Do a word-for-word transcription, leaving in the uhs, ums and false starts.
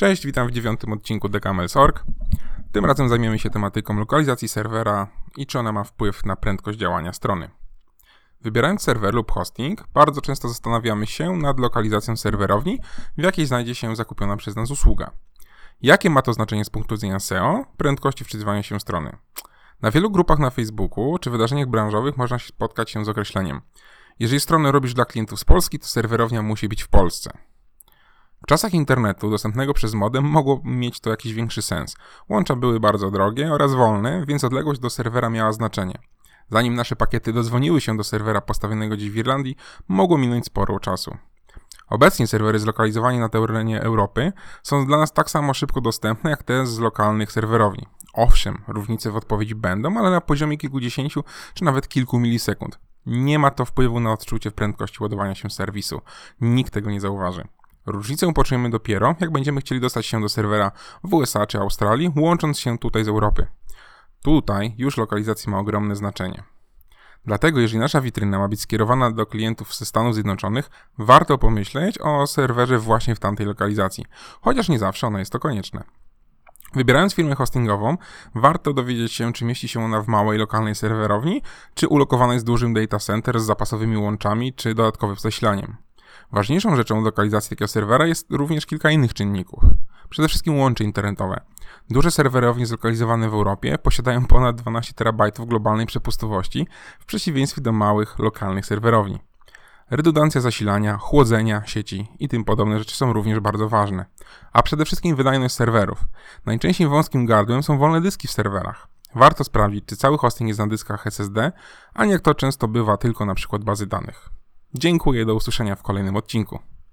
Cześć, witam w dziewiątym odcinku Decamels kropka org. Tym razem zajmiemy się tematyką lokalizacji serwera i czy ona ma wpływ na prędkość działania strony. Wybierając serwer lub hosting, bardzo często zastanawiamy się nad lokalizacją serwerowni, w jakiej znajdzie się zakupiona przez nas usługa. Jakie ma to znaczenie z punktu widzenia S E O, prędkości wczytywania się strony? Na wielu grupach na Facebooku czy wydarzeniach branżowych można spotkać się z określeniem: jeżeli stronę robisz dla klientów z Polski, to serwerownia musi być w Polsce. W czasach internetu dostępnego przez modem mogło mieć to jakiś większy sens. Łącza były bardzo drogie oraz wolne, więc odległość do serwera miała znaczenie. Zanim nasze pakiety dodzwoniły się do serwera postawionego gdzieś w Irlandii, mogło minąć sporo czasu. Obecnie serwery zlokalizowane na terenie Europy są dla nas tak samo szybko dostępne jak te z lokalnych serwerowni. Owszem, różnice w odpowiedzi będą, ale na poziomie kilkudziesięciu czy nawet kilku milisekund. Nie ma to wpływu na odczucie prędkości ładowania się serwisu. Nikt tego nie zauważy. Różnicę poczujemy dopiero, jak będziemy chcieli dostać się do serwera w U S A czy Australii, łącząc się tutaj z Europy. Tutaj już lokalizacja ma ogromne znaczenie. Dlatego, jeżeli nasza witryna ma być skierowana do klientów ze Stanów Zjednoczonych, warto pomyśleć o serwerze właśnie w tamtej lokalizacji, chociaż nie zawsze ono jest to konieczne. Wybierając firmę hostingową, warto dowiedzieć się, czy mieści się ona w małej, lokalnej serwerowni, czy ulokowana jest dużym data center z zapasowymi łączami, czy dodatkowym zasilaniem. Ważniejszą rzeczą w lokalizacji takiego serwera jest również kilka innych czynników. Przede wszystkim łącze internetowe. Duże serwerownie zlokalizowane w Europie posiadają ponad dwanaście terabajtów globalnej przepustowości w przeciwieństwie do małych, lokalnych serwerowni. Redundancja zasilania, chłodzenia sieci i tym podobne rzeczy są również bardzo ważne. A przede wszystkim wydajność serwerów. Najczęściej wąskim gardłem są wolne dyski w serwerach. Warto sprawdzić, czy cały hosting jest na dyskach S S D, a nie jak to często bywa tylko na przykład bazy danych. Dziękuję, do usłyszenia w kolejnym odcinku.